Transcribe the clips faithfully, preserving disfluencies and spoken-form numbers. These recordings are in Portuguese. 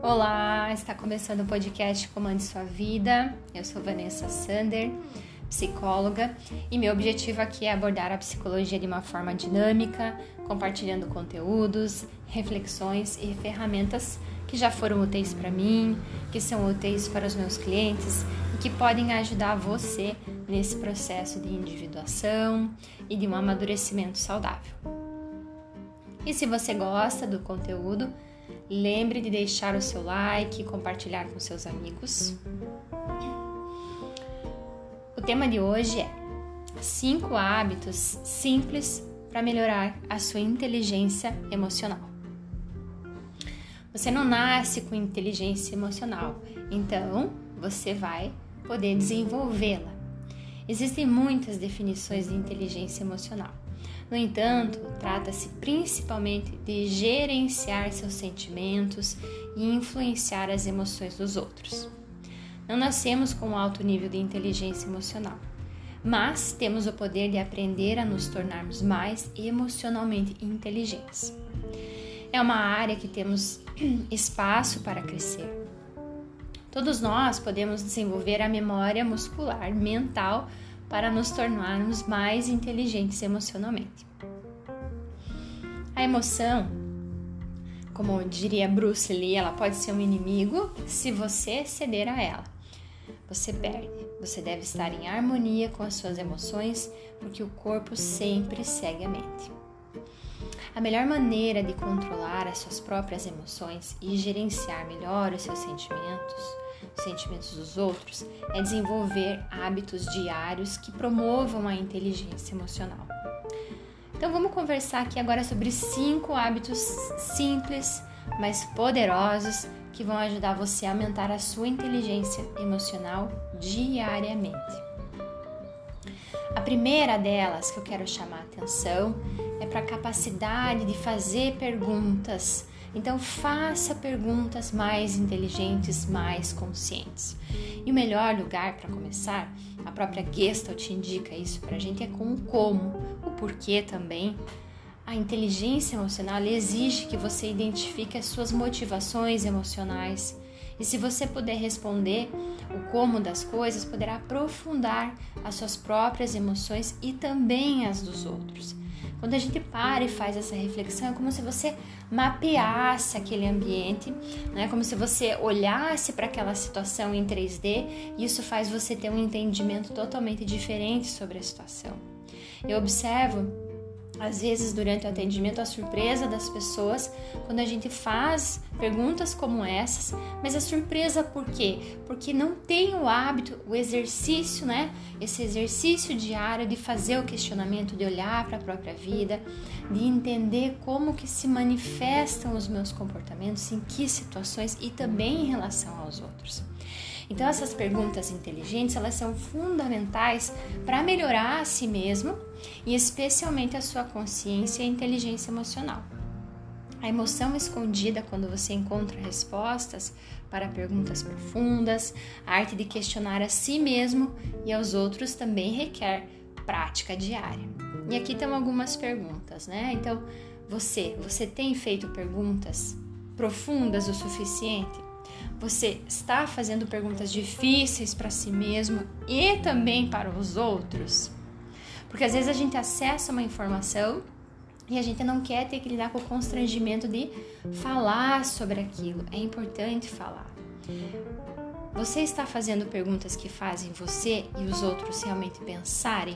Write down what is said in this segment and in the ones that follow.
Olá, está começando o podcast Comande Sua Vida. Eu sou Vanessa Sander, psicóloga, e meu objetivo aqui é abordar a psicologia de uma forma dinâmica, compartilhando conteúdos, reflexões e ferramentas que já foram úteis para mim, que são úteis para os meus clientes e que podem ajudar você nesse processo de individuação e de um amadurecimento saudável. E se você gosta do conteúdo, lembre de deixar o seu like e compartilhar com seus amigos. O tema de hoje é cinco hábitos simples para melhorar a sua inteligência emocional. Você não nasce com inteligência emocional, então você vai poder desenvolvê-la. Existem muitas definições de inteligência emocional. No entanto, trata-se principalmente de gerenciar seus sentimentos e influenciar as emoções dos outros. Não nascemos com um alto nível de inteligência emocional, mas temos o poder de aprender a nos tornarmos mais emocionalmente inteligentes. É uma área que temos espaço para crescer. Todos nós podemos desenvolver a memória muscular mental para nos tornarmos mais inteligentes emocionalmente. A emoção, como diria Bruce Lee, ela pode ser um inimigo se você ceder a ela. Você perde. Você deve estar em harmonia com as suas emoções, porque o corpo sempre segue a mente. A melhor maneira de controlar as suas próprias emoções e gerenciar melhor os seus sentimentos, os sentimentos dos outros, é desenvolver hábitos diários que promovam a inteligência emocional. Então vamos conversar aqui agora sobre cinco hábitos simples, mas poderosos, que vão ajudar você a aumentar a sua inteligência emocional diariamente. A primeira delas que eu quero chamar a atenção é para a capacidade de fazer perguntas. Então faça perguntas mais inteligentes, mais conscientes. E o melhor lugar para começar, a própria Gestalt indica isso para a gente, é com o como, o porquê também. A inteligência emocional exige que você identifique as suas motivações emocionais. E se você puder responder o como das coisas, poderá aprofundar as suas próprias emoções e também as dos outros. Quando a gente para e faz essa reflexão, é como se você mapeasse aquele ambiente, né? Como se você olhasse para aquela situação em três D, e isso faz você ter um entendimento totalmente diferente sobre a situação. Eu observo, às vezes, durante o atendimento, a surpresa das pessoas quando a gente faz perguntas como essas, mas a surpresa por quê? Porque não tem o hábito, o exercício, né? Esse exercício diário de fazer o questionamento, de olhar para a própria vida, de entender como que se manifestam os meus comportamentos, em que situações e também em relação aos outros. Então, essas perguntas inteligentes, elas são fundamentais para melhorar a si mesmo e especialmente a sua consciência e inteligência emocional. A emoção escondida quando você encontra respostas para perguntas profundas, a arte de questionar a si mesmo e aos outros também requer prática diária. E aqui estão algumas perguntas, né? Então, você, você tem feito perguntas profundas o suficiente? Você está fazendo perguntas difíceis para si mesmo e também para os outros? Porque às vezes a gente acessa uma informação e a gente não quer ter que lidar com o constrangimento de falar sobre aquilo. É importante falar. Você está fazendo perguntas que fazem você e os outros realmente pensarem?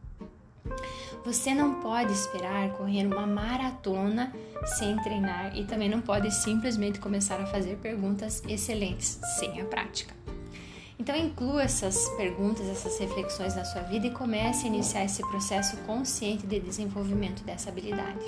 Você não pode esperar correr uma maratona sem treinar e também não pode simplesmente começar a fazer perguntas excelentes sem a prática. Então inclua essas perguntas, essas reflexões na sua vida e comece a iniciar esse processo consciente de desenvolvimento dessa habilidade.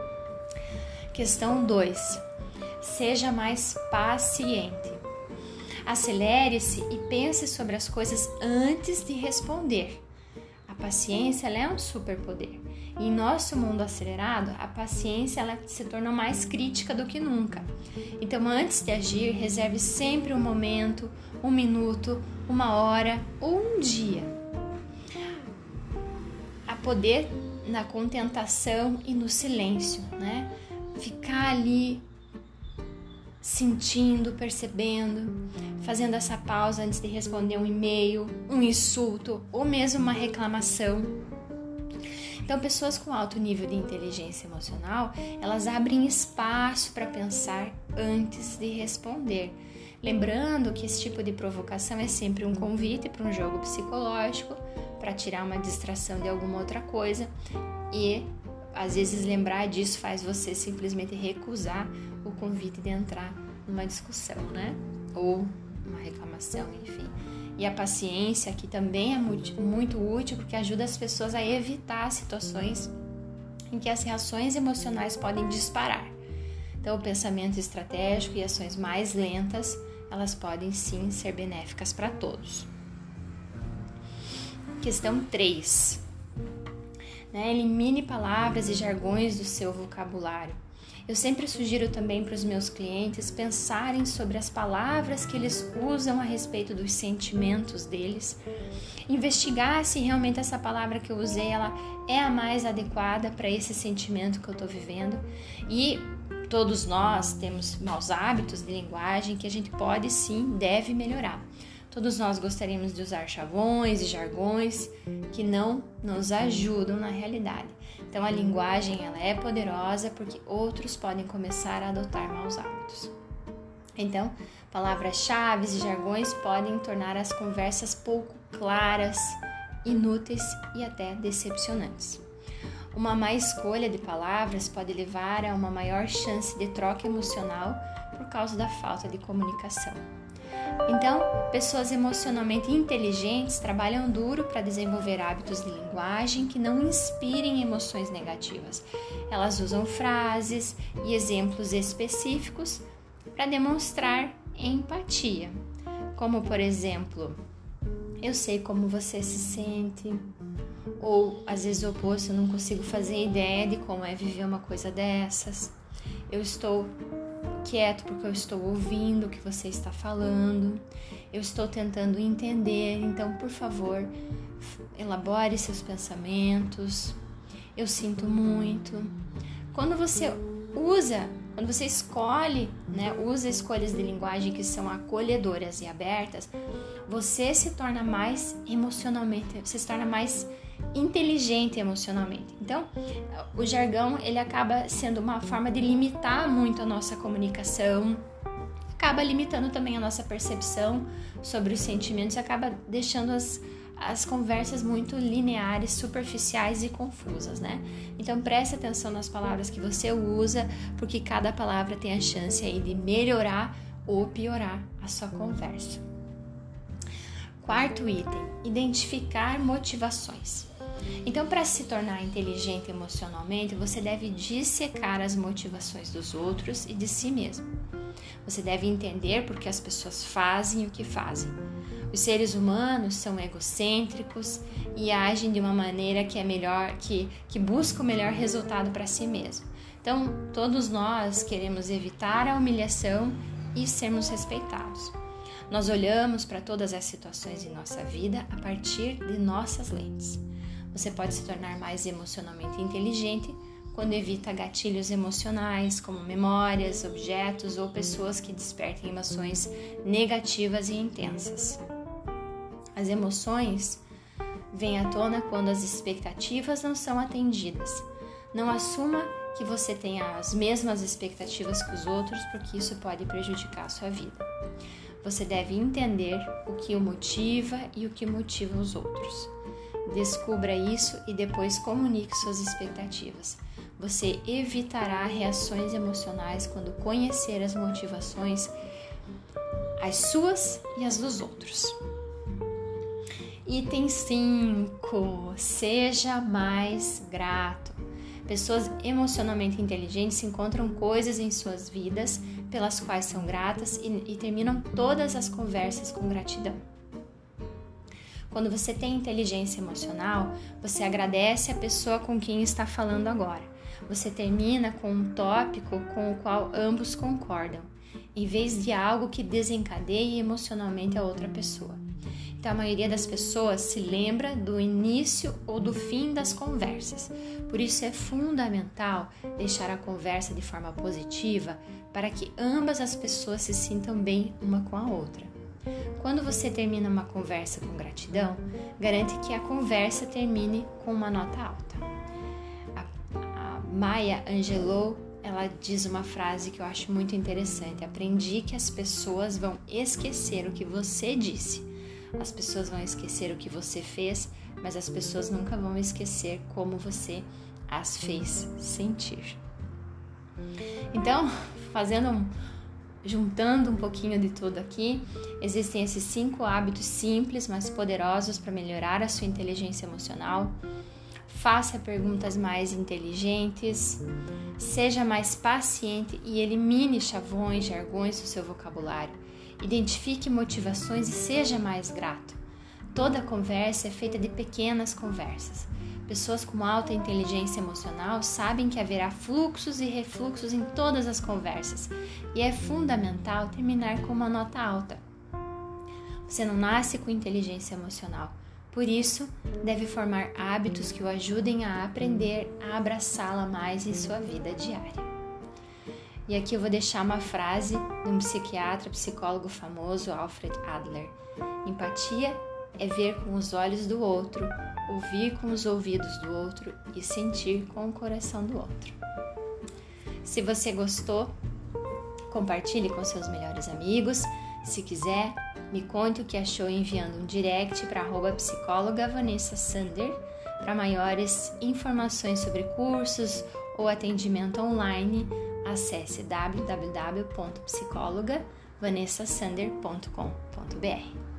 Questão dois. Seja mais paciente. Acelere-se e pense sobre as coisas antes de responder. A paciência, ela é um superpoder. E em nosso mundo acelerado, a paciência, ela se torna mais crítica do que nunca. Então, antes de agir, reserve sempre um momento, um minuto, uma hora ou um dia a poder na contentação e no silêncio, né? Ficar ali sentindo, percebendo, fazendo essa pausa antes de responder um e-mail, um insulto ou mesmo uma reclamação. Então, pessoas com alto nível de inteligência emocional, elas abrem espaço para pensar antes de responder. Lembrando que esse tipo de provocação é sempre um convite para um jogo psicológico, para tirar uma distração de alguma outra coisa, e às vezes lembrar disso faz você simplesmente recusar o convite de entrar numa discussão, né? Ou uma reclamação, enfim. E a paciência aqui também é muito, muito útil, porque ajuda as pessoas a evitar situações em que as reações emocionais podem disparar. Então, o pensamento estratégico e ações mais lentas, elas podem sim ser benéficas para todos. Questão três. Né? Elimine palavras e jargões do seu vocabulário. Eu sempre sugiro também para os meus clientes pensarem sobre as palavras que eles usam a respeito dos sentimentos deles, investigar se realmente essa palavra que eu usei ela é a mais adequada para esse sentimento que eu estou vivendo. E todos nós temos maus hábitos de linguagem que a gente pode sim, deve melhorar. Todos nós gostaríamos de usar chavões e jargões que não nos ajudam na realidade. Então, a linguagem ela é poderosa porque outros podem começar a adotar maus hábitos. Então, palavras-chave e jargões podem tornar as conversas pouco claras, inúteis e até decepcionantes. Uma má escolha de palavras pode levar a uma maior chance de troca emocional por causa da falta de comunicação. Então, pessoas emocionalmente inteligentes trabalham duro para desenvolver hábitos de linguagem que não inspirem emoções negativas. Elas usam frases e exemplos específicos para demonstrar empatia, como, por exemplo, eu sei como você se sente, ou às vezes o oposto, eu não consigo fazer ideia de como é viver uma coisa dessas, eu estou quieto porque eu estou ouvindo o que você está falando, eu estou tentando entender, então, por favor, elabore seus pensamentos, eu sinto muito. Quando você usa, quando você escolhe, né, usa escolhas de linguagem que são acolhedoras e abertas, você se torna mais emocionalmente, você se torna mais inteligente emocionalmente. Então, o jargão ele acaba sendo uma forma de limitar muito a nossa comunicação, acaba limitando também a nossa percepção sobre os sentimentos e acaba deixando as, as conversas muito lineares, superficiais e confusas, né? Então, preste atenção nas palavras que você usa, porque cada palavra tem a chance aí de melhorar ou piorar a sua conversa. Quarto item, identificar motivações. Então, para se tornar inteligente emocionalmente, você deve dissecar as motivações dos outros e de si mesmo. Você deve entender por que as pessoas fazem o que fazem. Os seres humanos são egocêntricos e agem de uma maneira que é melhor, que, que busca o melhor resultado para si mesmo. Então, todos nós queremos evitar a humilhação e sermos respeitados. Nós olhamos para todas as situações em nossa vida a partir de nossas lentes. Você pode se tornar mais emocionalmente inteligente quando evita gatilhos emocionais, como memórias, objetos ou pessoas que despertem emoções negativas e intensas. As emoções vêm à tona quando as expectativas não são atendidas. Não assuma que você tenha as mesmas expectativas que os outros, porque isso pode prejudicar a sua vida. Você deve entender o que o motiva e o que motiva os outros. Descubra isso e depois comunique suas expectativas. Você evitará reações emocionais quando conhecer as motivações, as suas e as dos outros. Item cinco. Seja mais grato. Pessoas emocionalmente inteligentes encontram coisas em suas vidas pelas quais são gratas e, e terminam todas as conversas com gratidão. Quando você tem inteligência emocional, você agradece a pessoa com quem está falando agora. Você termina com um tópico com o qual ambos concordam, em vez de algo que desencadeie emocionalmente a outra pessoa. Então, a maioria das pessoas se lembra do início ou do fim das conversas. Por isso, é fundamental deixar a conversa de forma positiva para que ambas as pessoas se sintam bem uma com a outra. Quando você termina uma conversa com gratidão, garante que a conversa termine com uma nota alta. A, a Maya Angelou, ela diz uma frase que eu acho muito interessante. Aprendi que as pessoas vão esquecer o que você disse. As pessoas vão esquecer o que você fez, mas as pessoas nunca vão esquecer como você as fez sentir. Então, fazendo um, juntando um pouquinho de tudo aqui, existem esses cinco hábitos simples, mas poderosos para melhorar a sua inteligência emocional. Faça perguntas mais inteligentes, seja mais paciente e elimine chavões, jargões do seu vocabulário. Identifique motivações e seja mais grato. Toda conversa é feita de pequenas conversas. Pessoas com alta inteligência emocional sabem que haverá fluxos e refluxos em todas as conversas e é fundamental terminar com uma nota alta. Você não nasce com inteligência emocional, por isso deve formar hábitos que o ajudem a aprender a abraçá-la mais em sua vida diária. E aqui eu vou deixar uma frase de um psiquiatra, psicólogo famoso, Alfred Adler. Empatia é ver com os olhos do outro, ouvir com os ouvidos do outro e sentir com o coração do outro. Se você gostou, compartilhe com seus melhores amigos. Se quiser, me conte o que achou enviando um direct para arroba psicóloga Vanessa Sander. Para maiores informações sobre cursos ou atendimento online, acesse w w w ponto psicóloga vanessa sander ponto com ponto b r.